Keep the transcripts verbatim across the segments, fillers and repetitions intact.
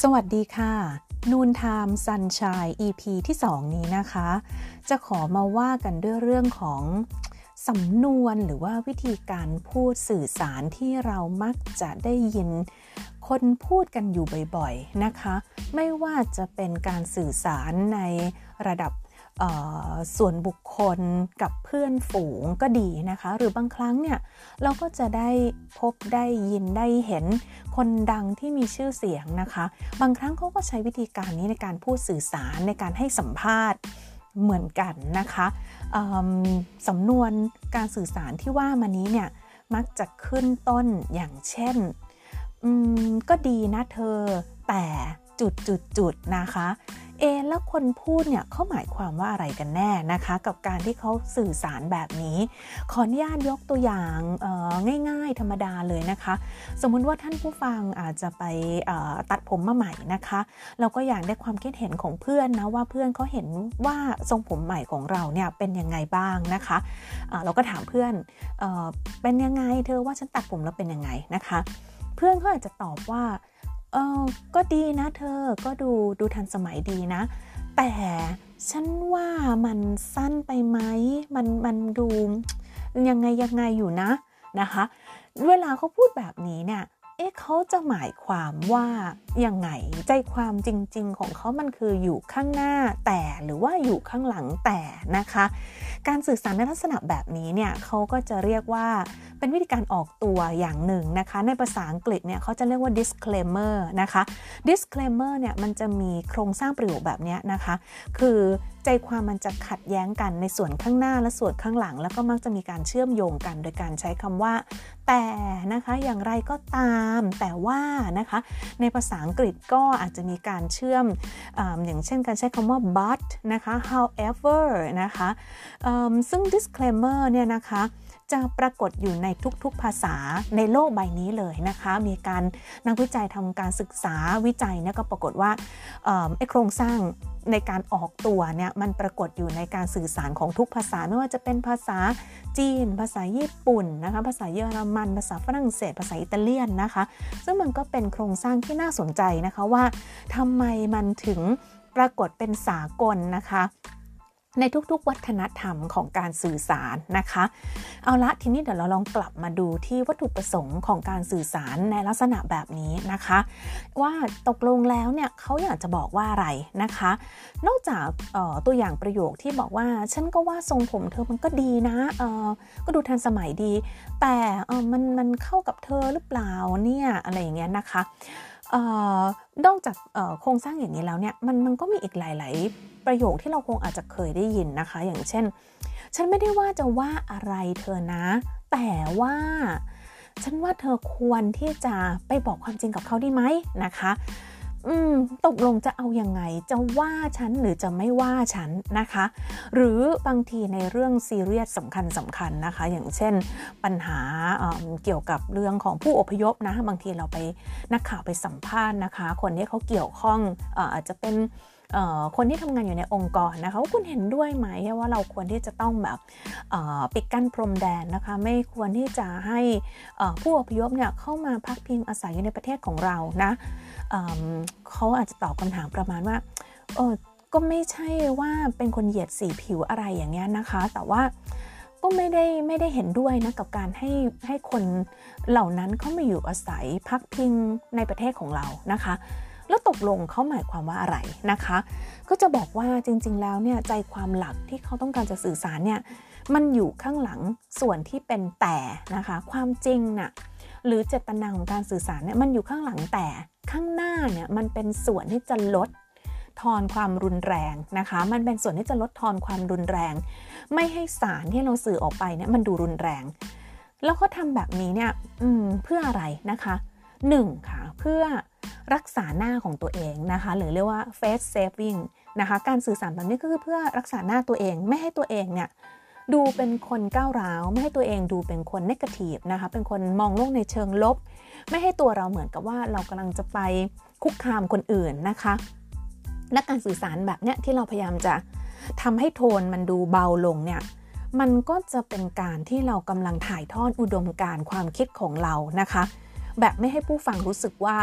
สวัสดีค่ะนูนไทม์ซันชัย อี พี ที่สองนี้นะคะจะขอมาว่ากันด้วยเรื่องของสำนวนหรือว่าวิธีการพูดสื่อสารที่เรามักจะได้ยินคนพูดกันอยู่บ่อยๆนะคะไม่ว่าจะเป็นการสื่อสารในระดับส่วนบุคคลกับเพื่อนฝูงก็ดีนะคะหรือบางครั้งเนี่ยเราก็จะได้พบได้ยินได้เห็นคนดังที่มีชื่อเสียงนะคะบางครั้งเขาก็ใช้วิธีการนี้ในการพูดสื่อสารในการให้สัมภาษณ์เหมือนกันนะคะสำนวนการสื่อสารที่ว่ามานี้เนี่ยมักจะขึ้นต้นอย่างเช่นก็ดีนะเธอแต่จุดจุดจุดนะคะเอแล้วคนพูดเนี่ยเขาหมายความว่าอะไรกันแน่นะคะกับการที่เขาสื่อสารแบบนี้ขออนุญาตยกตัวอย่างง่ายๆธรรมดาเลยนะคะสมมุติว่าท่านผู้ฟังอาจจะไปตัดผมมาใหม่นะคะเราก็อยากได้ความคิดเห็นของเพื่อนนะว่าเพื่อนเขาเห็นว่าทรงผมใหม่ของเราเนี่ยเป็นยังไงบ้างนะคะเราก็ถามเพื่อนเอ่อเป็นยังไงเธอว่าฉันตัดผมแล้วเป็นยังไงนะคะเพื่อนเขาอาจจะตอบว่าเออก็ดีนะเธอก็ดูดูทันสมัยดีนะแต่ฉันว่ามันสั้นไปไหมมันมันดูยังไงยังไงอยู่นะนะคะเวลาเขาพูดแบบนี้เนี่ยเอ๊ะเขาจะหมายความว่ายังไงใจความจริงๆของเขามันคืออยู่ข้างหน้าแต่หรือว่าอยู่ข้างหลังแต่นะคะการสื่อสารในลักษณะแบบนี้เนี่ยเขาก็จะเรียกว่าเป็นวิธีการออกตัวอย่างหนึ่งนะคะในภาษาอังกฤษเนี่ยเขาจะเรียกว่า disclaimer นะคะ disclaimer เนี่ยมันจะมีโครงสร้างประโยคแบบนี้นะคะคือใจความมันจะขัดแย้งกันในส่วนข้างหน้าและส่วนข้างหลังแล้วก็มักจะมีการเชื่อมโยงกันโดยการใช้คำว่าแต่นะคะอย่างไรก็ตามแต่ว่านะคะในภาษาอังกฤษก็อาจจะมีการเชื่อม อ, อย่างเช่นการใช้คำว่า but นะคะ however นะคะซึ่ง disclaimer เนี่ยนะคะจะปรากฏอยู่ในทุกๆภาษาในโลกใบนี้เลยนะคะมีการนักวิจัยทำการศึกษาวิจัยเนี่ยก็ปรากฏว่าไอ้โครงสร้างในการออกตัวเนี่ยมันปรากฏอยู่ในการสื่อสารของทุกภาษาไม่ว่าจะเป็นภาษาจีนภาษาญี่ปุ่นนะคะภาษาเยอรมันภาษาฝรั่งเศสภาษาอิตาเลียนนะคะซึ่งมันก็เป็นโครงสร้างที่น่าสนใจนะคะว่าทำไมมันถึงปรากฏเป็นสากลนะคะในทุกๆวัฒนธรรมของการสื่อสารนะคะเอาละทีนี้เดี๋ยวเราลองกลับมาดูที่วัตถุประสงค์ของการสื่อสารในลักษณะแบบนี้นะคะว่าตกลงแล้วเนี่ยเขาอยากจะบอกว่าอะไรนะคะนอกจากตัวอย่างประโยคที่บอกว่าฉันก็ว่าทรงผมเธอมันก็ดีนะก็ดูทันสมัยดีแต่มันมันเข้ากับเธอหรือเปล่าเนี่ยอะไรอย่างเงี้ยนะคะนอกจากโครงสร้างอย่างนี้แล้วเนี่ยมันมันก็มีอีกหลายๆประโยคที่เราคงอาจจะเคยได้ยินนะคะอย่างเช่นฉันไม่ได้ว่าจะว่าอะไรเธอนะแต่ว่าฉันว่าเธอควรที่จะไปบอกความจริงกับเขาดีไหมนะคะอืมตกลงจะเอายังไงจะว่าฉันหรือจะไม่ว่าฉันนะคะหรือบางทีในเรื่องซีเรียสสำคัญสำคัญนะคะอย่างเช่นปัญหา เอ่อ เกี่ยวกับเรื่องของผู้อพยพนะบางทีเราไปนักข่าวไปสัมภาษณ์นะคะคนที่เขาเกี่ยวข้องเอ่ออาจจะเป็นคนที่ทำงานอยู่ในองค์กรนะคะว่าคุณเห็นด้วยไหมว่าเราควรที่จะต้องแบบปิดกั้นพรมแดนนะคะไม่ควรที่จะให้ผู้อพยพเนี่ยเข้ามาพักพิงอาศัยอยู่ในประเทศของเรานะเขาอาจจะตอบคำถามประมาณว่าเออก็ไม่ใช่ว่าเป็นคนเหยียดสีผิวอะไรอย่างเงี้ยนะคะแต่ว่าก็ไม่ได้ไม่ได้เห็นด้วยนะกับการให้ให้คนเหล่านั้นเข้ามาอยู่อาศัยพักพิงในประเทศของเรานะคะแล้วตกลงเขาหมายความว่าอะไรนะคะก็จะบอกว่าจริงๆแล้วเนี่ยใจความหลักที่เขาต้องการจะสื่อสารเนี่ยมันอยู่ข้างหลังส่วนที่เป็นแต่นะคะความจริงน่ะหรือเจตนาของการสื่อสารเนี่ยมันอยู่ข้างหลังแต่ข้างหน้าเนี่ยมันเป็นส่วนที่จะลดทอนความรุนแรงนะคะมันเป็นส่วนที่จะลดทอนความรุนแรงไม่ให้สารที่เราสื่อออกไปเนี่ยมันดูรุนแรงแล้วเขาทำแบบนี้เนี่ยเพื่ออะไรนะคะหนึ่งค่ะเพื่อรักษาหน้าของตัวเองนะคะหรือเรียกว่า face saving นะคะการสื่อสารแบบนี้ก็คือเพื่อรักษาหน้าตัวเองไม่ให้ตัวเองเนี่ยดูเป็นคนก้าวร้าวไม่ให้ตัวเองดูเป็นคน negative นะคะเป็นคนมองโลกในเชิงลบไม่ให้ตัวเราเหมือนกับว่าเรากำลังจะไปคุกคามคนอื่นนะคะและการสื่อสารแบบเนี้ยที่เราพยายามจะทำให้โทนมันดูเบาลงเนี่ยมันก็จะเป็นการที่เรากำลังถ่ายทอดอุดมการณ์ความคิดของเรานะคะแบบไม่ให้ผู้ฟังรู้สึกว่า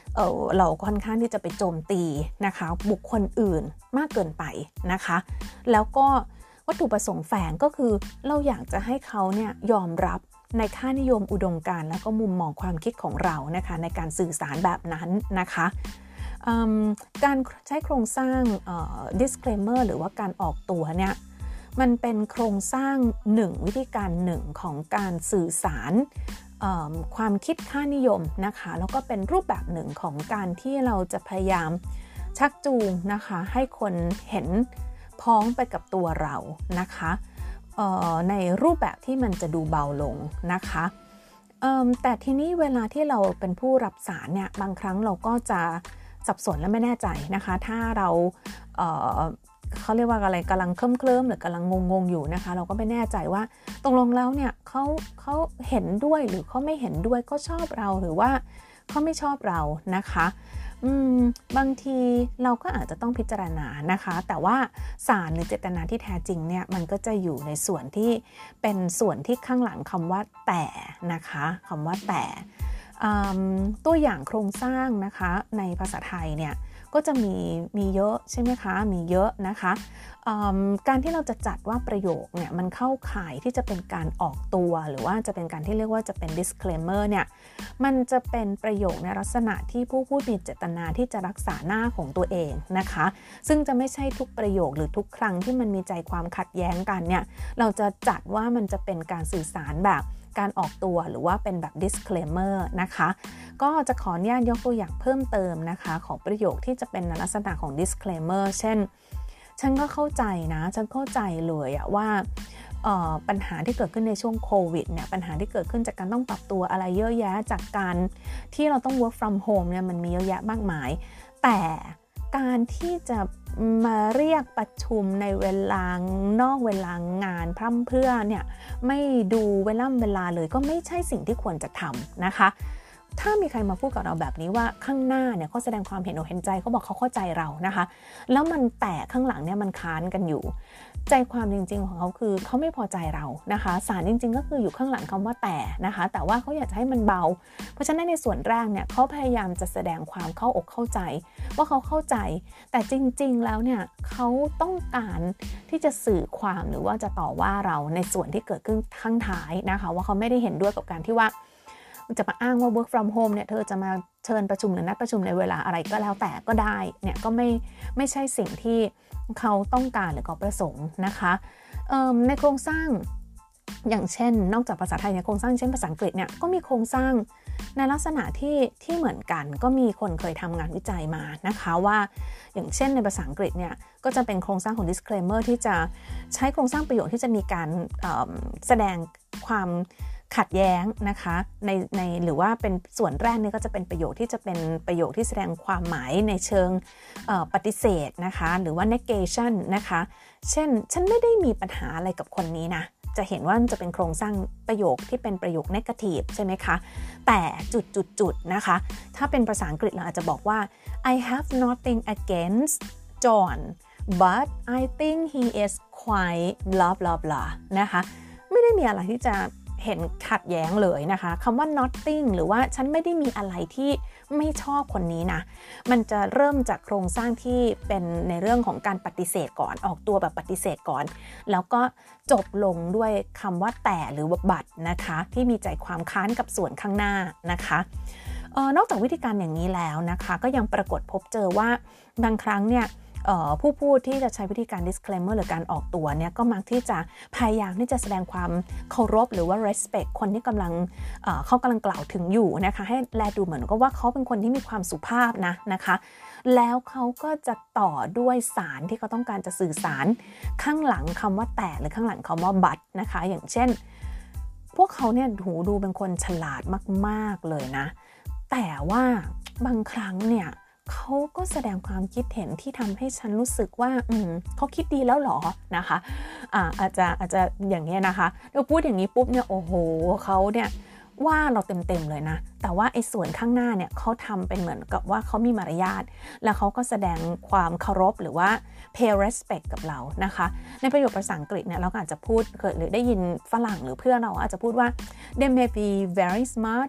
เออเราค่อนข้างที่จะไปโจมตีนะคะบุคคลอื่นมากเกินไปนะคะแล้วก็วัตถุประสงค์แฝงก็คือเราอยากจะให้เขาเนี่ยยอมรับในค่านิยมอุดมการณ์แล้วก็มุมมองความคิดของเรานะคะในการสื่อสารแบบนั้นนะคะการใช้โครงสร้าง disclaimer หรือว่าการออกตัวเนี่ยมันเป็นโครงสร้างหนึ่งวิธีการหนึ่งของการสื่อสารความคิดค่านิยมนะคะแล้วก็เป็นรูปแบบหนึ่งของการที่เราจะพยายามชักจูงนะคะให้คนเห็นพ้องไปกับตัวเรานะคะในรูปแบบที่มันจะดูเบาลงนะคะแต่ทีนี้เวลาที่เราเป็นผู้รับสารเนี่ยบางครั้งเราก็จะสับสนและไม่แน่ใจนะคะถ้าเราเ, เขาเรียกว่าอะไรกำลังเคลิ้มเคลิ้มหรือกำลังงงๆอยู่นะคะเราก็ไม่แน่ใจว่าตกลงแล้วเนี่ยเขาเขาเห็นด้วยหรือเขาไม่เห็นด้วยก็ชอบเราหรือว่าเขาไม่ชอบเรานะคะอืมบางทีเราก็อาจจะต้องพิจารณานะคะแต่ว่าสารหรือเจตนาที่แท้จริงเนี่ยมันก็จะอยู่ในส่วนที่เป็นส่วนที่ข้างหลังคำว่าแต่นะคะคำว่าแต่ตัวอย่างโครงสร้างนะคะในภาษาไทยเนี่ยก็จะมีมีเยอะใช่ไหมคะมีเยอะนะคะการที่เราจะจัดว่าประโยคเนี่ยมันเข้าข่ายที่จะเป็นการออกตัวหรือว่าจะเป็นการที่เรียกว่าจะเป็น disclaimer เนี่ยมันจะเป็นประโยคในลักษณะที่ผู้พูดมีเจตนาที่จะรักษาหน้าของตัวเองนะคะซึ่งจะไม่ใช่ทุกประโยคหรือทุกครั้งที่มันมีใจความขัดแย้งกันเนี่ยเราจะจัดว่ามันจะเป็นการสื่อสารแบบการออกตัวหรือว่าเป็นแบบ disclaimer นะคะก็จะขออนุญาตยกตัวอย่างเพิ่มเติมนะคะของประโยคที่จะเป็นลักษณะของ disclaimer เช่นฉันก็เข้าใจนะฉันเข้าใจเลยอะว่าปัญหาที่เกิดขึ้นในช่วงโควิดเนี่ยปัญหาที่เกิดขึ้นจากการต้องปรับตัวอะไรเยอะแยะจากการที่เราต้อง work from home เนี่ยมันมีเยอะแยะมากมายแต่การที่จะมาเรียกประชุมในเวลานอกเวลางานพร่ำเพรื่อเนี่ยไม่ดูเวลาเวลาเลยก็ไม่ใช่สิ่งที่ควรจะทำนะคะถ้ามีใครมาพูดกับเราแบบนี้ว่าข้างหน้าเนี่ยเขาแสดงความเห็นอกเห็นใจเขาบอกเขาเข้าใจเรานะคะแล้วมันแต่ข้างหลังเนี่ยมันค้านกันอยู่ใจความจริงๆของเขาคือเขาไม่พอใจเรานะคะสารจริงๆก็คืออยู่ข้างหลังคำว่าแต่นะคะแต่ว่าเขาอยากจะให้มันเบาเพราะฉะนั้นในส่วนแรกเนี่ยเขาพยายามจะแสดงความเข้าอกเข้าใจว่าเขาเข้าใจแต่จริงๆแล้วเนี่ยเขาต้องการที่จะสื่อความหรือว่าจะต่อว่าเราในส่วนที่เกิดขึ้นข้างท้ายนะคะว่าเขาไม่ได้เห็นด้วยกับการที่ว่าจะมาอ้างว่า work from home เนี่ยเธอจะมาเชิญประชุมหรือนัดประชุมในเวลาอะไรก็แล้วแต่ก็ได้เนี่ยก็ไม่ไม่ใช่สิ่งที่เขาต้องการหรือเขาประสงค์นะคะในโครงสร้างอย่างเช่นนอกจากภาษาไทยในโครงสร้างเช่นภาษาอังกฤษเนี่ยก็มีโครงสร้างในลักษณะที่ที่เหมือนกันก็มีคนเคยทำงานวิจัยมานะคะว่าอย่างเช่นในภาษาอังกฤษเนี่ยก็จะเป็นโครงสร้างของ disclaimer ที่จะใช้โครงสร้างประโยคที่จะมีการแสดงความขัดแย้งนะคะในในหรือว่าเป็นส่วนแรกเนี่ยก็จะเป็นประโยคที่จะเป็นประโยคที่แสดงความหมายในเชิงปฏิเสธนะคะหรือว่า negation นะคะเช่นฉันไม่ได้มีปัญหาอะไรกับคนนี้นะจะเห็นว่าจะเป็นโครงสร้างประโยคที่เป็นประโยค negative ใช่ไหมคะแต่จุดจุดจุดนะคะถ้าเป็นภาษาอังกฤษเราอาจจะบอกว่า I have nothing against John but I think he is quite blah blah blah นะคะไม่ได้มีอะไรที่จะเห็นขัดแย้งเลยนะคะคำว่า nothing หรือว่าฉันไม่ได้มีอะไรที่ไม่ชอบคนนี้นะมันจะเริ่มจากโครงสร้างที่เป็นในเรื่องของการปฏิเสธก่อนออกตัวแบบปฏิเสธก่อนแล้วก็จบลงด้วยคำว่าแต่หรือว่าบัดนะคะที่มีใจความค้านกับส่วนข้างหน้านะคะเอ่อนอกจากวิธีการอย่างนี้แล้วนะคะก็ยังปรากฏพบเจอว่าบางครั้งเนี่ยผู้พูดที่จะใช้วิธีการ disclaimer หรือการออกตัวเนี่ยก็มักที่จะพยายามที่จะแสดงความเคารพหรือว่า respect คนที่กำลังเอ่อเขากำลังกล่าวถึงอยู่นะคะให้แลดูเหมือนกับว่าเขาเป็นคนที่มีความสุภาพนะนะคะแล้วเขาก็จะต่อด้วยสารที่เขาต้องการจะสื่อสารข้างหลังคำว่าแต่หรือข้างหลังคำว่า but นะคะอย่างเช่นพวกเขาเนี่ยหูดูเป็นคนฉลาดมากๆเลยนะแต่ว่าบางครั้งเนี่ยเขาก็แสดงความคิดเห็นที่ทำให้ฉันรู้สึกว่าอืมเขาคิดดีแล้วหรอนะคะอ่าอาจจะอาจจะอย่างนี้นะคะเราพูดอย่างนี้ปุ๊บเนี่ยโอ้โหเขาเนี่ยว่าเราเต็มๆเลยนะแต่ว่าไอ้ส่วนข้างหน้าเนี่ยเขาทำเป็นเหมือนกับว่าเขามีมารยาทแล้วเขาก็แสดงความเคารพหรือว่า pay respect กับเรานะคะในประโยคภาษาอังกฤษเนี่ยเราก็อาจจะพูดเคยหรือได้ยินฝรั่งหรือเพื่อนเราอาจจะพูดว่า they may be very smart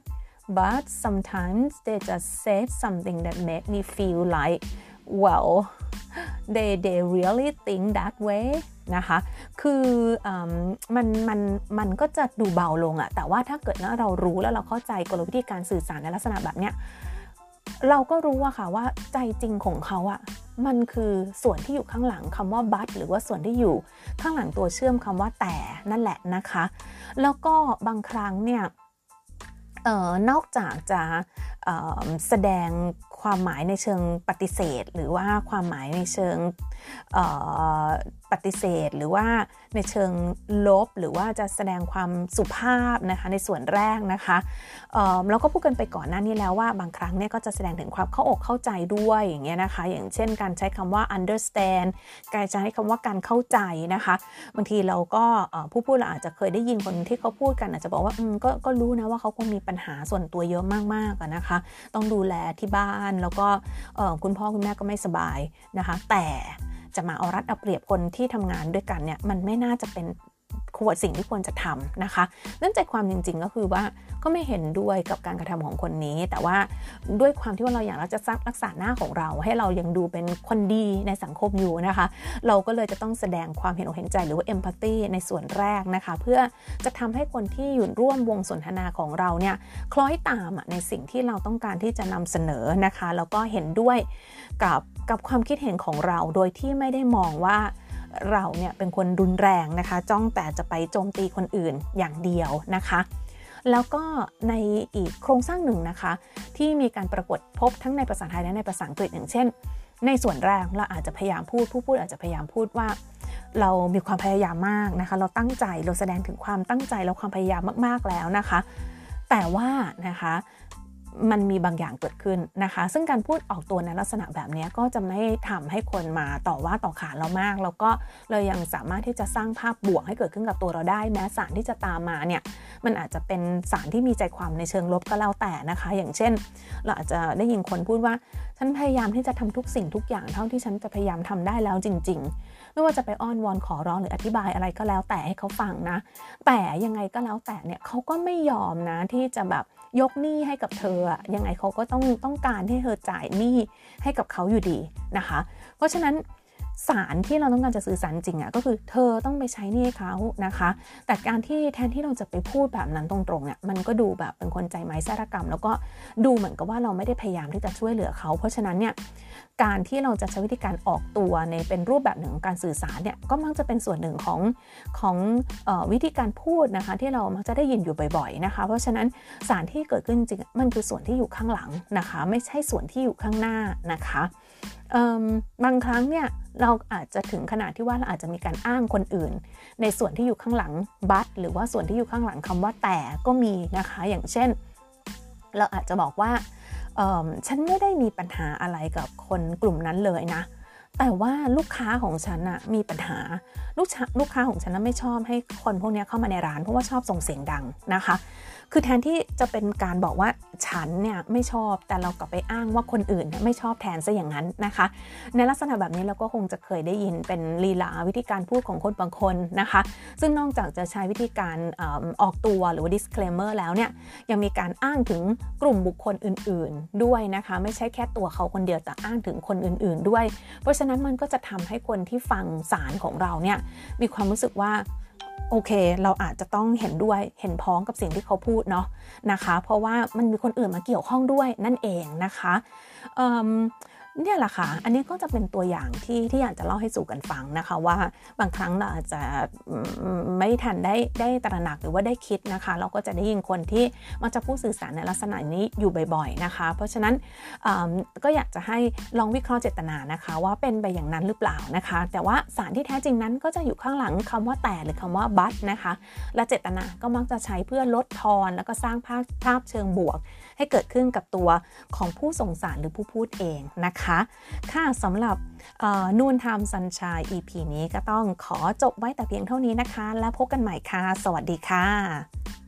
but sometimes they just said something that made me feel like well they they really think that way นะคะคือมันมันมันก็จะดูเบาลงอะแต่ว่าถ้าเกิดว่าเรารู้แล้วเราเข้าใจกลวิธีการสื่อสารในลักษณะแบบเนี้ยเราก็รู้อะค่ะว่าใจจริงของเขาอะมันคือส่วนที่อยู่ข้างหลังคำว่า but หรือว่าส่วนที่อยู่ข้างหลังตัวเชื่อมคำว่าแต่นั่นแหละนะคะแล้วก็บางครั้งเนี่ยเอ่อนอกจากจะเอ่อแสดงความหมายในเชิงปฏิเสธหรือว่าความหมายในเชิงเอ่อปฏิเสธหรือว่าในเชิงลบหรือว่าจะแสดงความสุภาพนะคะในส่วนแรกนะคะเอ่อเราก็พูดกันไปก่อนหน้านี้แล้วว่าบางครั้งเนี่ยก็จะแสดงถึงความเข้าอกเข้าใจด้วยอย่างเงี้ยนะคะอย่างเช่นการใช้คำว่า understand การใช้คำว่าการเข้าใจนะคะบางทีเราก็ผู้พูดเราอาจจะเคยได้ยินคนที่เขาพูดกันอาจจะบอกว่าอืมก็ก็รู้นะว่าเขาคงมีปัญหาส่วนตัวเยอะมากๆนะคะต้องดูแลที่บ้านแล้วก็คุณพ่อคุณแม่ก็ไม่สบายนะคะแต่จะมาเอารัดเอาเปรียบคนที่ทำงานด้วยกันเนี่ยมันไม่น่าจะเป็นควรสิ่งที่ควรจะทำนะคะนั่นใจความจริงๆก็คือว่าก็ไม่เห็นด้วยกับการกระทำของคนนี้แต่ว่าด้วยความที่ว่าเราอยากจะรักษาหน้าของเราให้เรายังดูเป็นคนดีในสังคมอยู่นะคะเราก็เลยจะต้องแสดงความเห็นอกเห็นใจหรือว่า empathy ในส่วนแรกนะคะเพื่อจะทำให้คนที่อยู่ร่วมวงสนทนาของเราเนี่ยคล้อยตามในสิ่งที่เราต้องการที่จะนำเสนอนะคะแล้วก็เห็นด้วยกับกับความคิดเห็นของเราโดยที่ไม่ได้มองว่าเราเนี่ยเป็นคนรุนแรงนะคะจ้องแต่จะไปโจมตีคนอื่นอย่างเดียวนะคะแล้วก็ในอีกโครงสร้างหนึ่งนะคะที่มีการปรากฏพบทั้งในภาษาไทยและในภาษาอังกฤษอย่างเช่นในส่วนแรกเราอาจจะพยายามพูดผู้พูดอาจจะพยายามพูดว่าเรามีความพยายามมากนะคะเราตั้งใจเราแสดงถึงความตั้งใจและความพยายามมากๆแล้วนะคะแต่ว่านะคะมันมีบางอย่างเกิดขึ้นนะคะซึ่งการพูดออกตัวในลักษณะแบบนี้ก็จะไม่ทำให้คนมาต่อว่าต่อขานเรามากแล้วก็เรายังสามารถที่จะสร้างภาพบวกให้เกิดขึ้นกับตัวเราได้แม้สารที่จะตามมาเนี่ยมันอาจจะเป็นสารที่มีใจความในเชิงลบก็แล้วแต่นะคะอย่างเช่นเราอาจจะได้ยินคนพูดว่าฉันพยายามที่จะทำทุกสิ่งทุกอย่างเท่าที่ฉันจะพยายามทำได้แล้วจริงๆไม่ว่าจะไปอ้อนวอนขอร้องหรืออธิบายอะไรก็แล้วแต่ให้เขาฟังนะแต่ยังไงก็แล้วแต่เนี่ยเขาก็ไม่ยอมนะที่จะแบบยกหนี้ให้กับเธออะยังไงเขาก็ต้องต้องการให้เธอจ่ายหนี้ให้กับเขาอยู่ดีนะคะเพราะฉะนั้นสารที่เราต้องการจะสื่อสารจริงอ่ะก็คือเธอต้องไปใช้หนี้เขานะคะแต่การที่แทนที่เราจะไปพูดแบบนั้นตรงๆเนี่ยมันก็ดูแบบเป็นคนใจไม้แซรกรรมแล้วก็ดูเหมือนกับว่าเราไม่ได้พยายามที่จะช่วยเหลือเขาเพราะฉะนั้นเนี่ยการที่เราจะใช้วิธีการออกตัวในเป็นรูปแบบหนึ่งของการสื่อสารเนี่ยก็มักจะเป็นส่วนหนึ่งของของเอ่อวิธีการพูดนะคะที่เรามักจะได้ยินอยู่บ่อยๆนะคะเพราะฉะนั้นสารที่เกิดขึ้นจริงมันคือส่วนที่อยู่ข้างหลังนะคะไม่ใช่ส่วนที่อยู่ข้างหน้านะคะบางครั้งเนี่ยเราอาจจะถึงขนาดที่ว่าเราอาจจะมีการอ้างคนอื่นในส่วนที่อยู่ข้างหลังบัตหรือว่าส่วนที่อยู่ข้างหลังคำว่าแต่ก็มีนะคะอย่างเช่นเราอาจจะบอกว่าฉันไม่ได้มีปัญหาอะไรกับคนกลุ่มนั้นเลยนะแต่ว่าลูกค้าของฉันน่ะมีปัญหาลูกลูกค้าของฉันน่ะไม่ชอบให้คนพวกนี้เข้ามาในร้านเพราะว่าชอบส่งเสียงดังนะคะคือแทนที่จะเป็นการบอกว่าฉันเนี่ยไม่ชอบแต่เรากลับไปอ้างว่าคนอื่นเนี่ยไม่ชอบแทนซะอย่างนั้นนะคะในลักษณะแบบนี้เราก็คงจะเคยได้ยินเป็นลีลาวิธีการพูดของคนบางคนนะคะซึ่งนอกจากจะใช้วิธีการออกตัวหรือว่า disclaimer แล้วเนี่ยยังมีการอ้างถึงกลุ่มบุคคลอื่นๆด้วยนะคะไม่ใช่แค่ตัวเขาคนเดียวแต่อ้างถึงคนอื่นๆด้วยเพราะฉะนั้นมันก็จะทำให้คนที่ฟังสารของเราเนี่ยมีความรู้สึกว่าโอเคเราอาจจะต้องเห็นด้วยเห็นพ้องกับสิ่งที่เขาพูดเนาะนะคะเพราะว่ามันมีคนอื่นมาเกี่ยวข้องด้วยนั่นเองนะคะเนี่ยแหละค่ะอันนี้ก็จะเป็นตัวอย่างที่ที่อยากจะเล่าให้สู่กันฟังนะคะว่าบางครั้งเราอาจจะไม่ทันได้ได้ตระหนักหรือว่าได้คิดนะคะเราก็จะได้ยินคนที่มักจะพูดสื่อสารในลักษณะนี้อยู่บ่อยๆนะคะเพราะฉะนั้นก็อยากจะให้ลองวิเคราะห์เจตนานะคะว่าเป็นไปอย่างนั้นหรือเปล่านะคะแต่ว่าสารที่แท้จริงนั้นก็จะอยู่ข้างหลังคำว่าแต่หรือคำว่าบัตนะคะและเจตนาก็มักจะใช้เพื่อลดทอนแล้วก็สร้างภาพภาพเชิงบวกให้เกิดขึ้นกับตัวของผู้ส่งสารหรือผู้พูดเองนะคะค่ะสำหรับนูนไทม์ซันชาย อี พี นี้ก็ต้องขอจบไว้แต่เพียงเท่านี้นะคะแล้วพบกันใหม่ค่ะสวัสดีค่ะ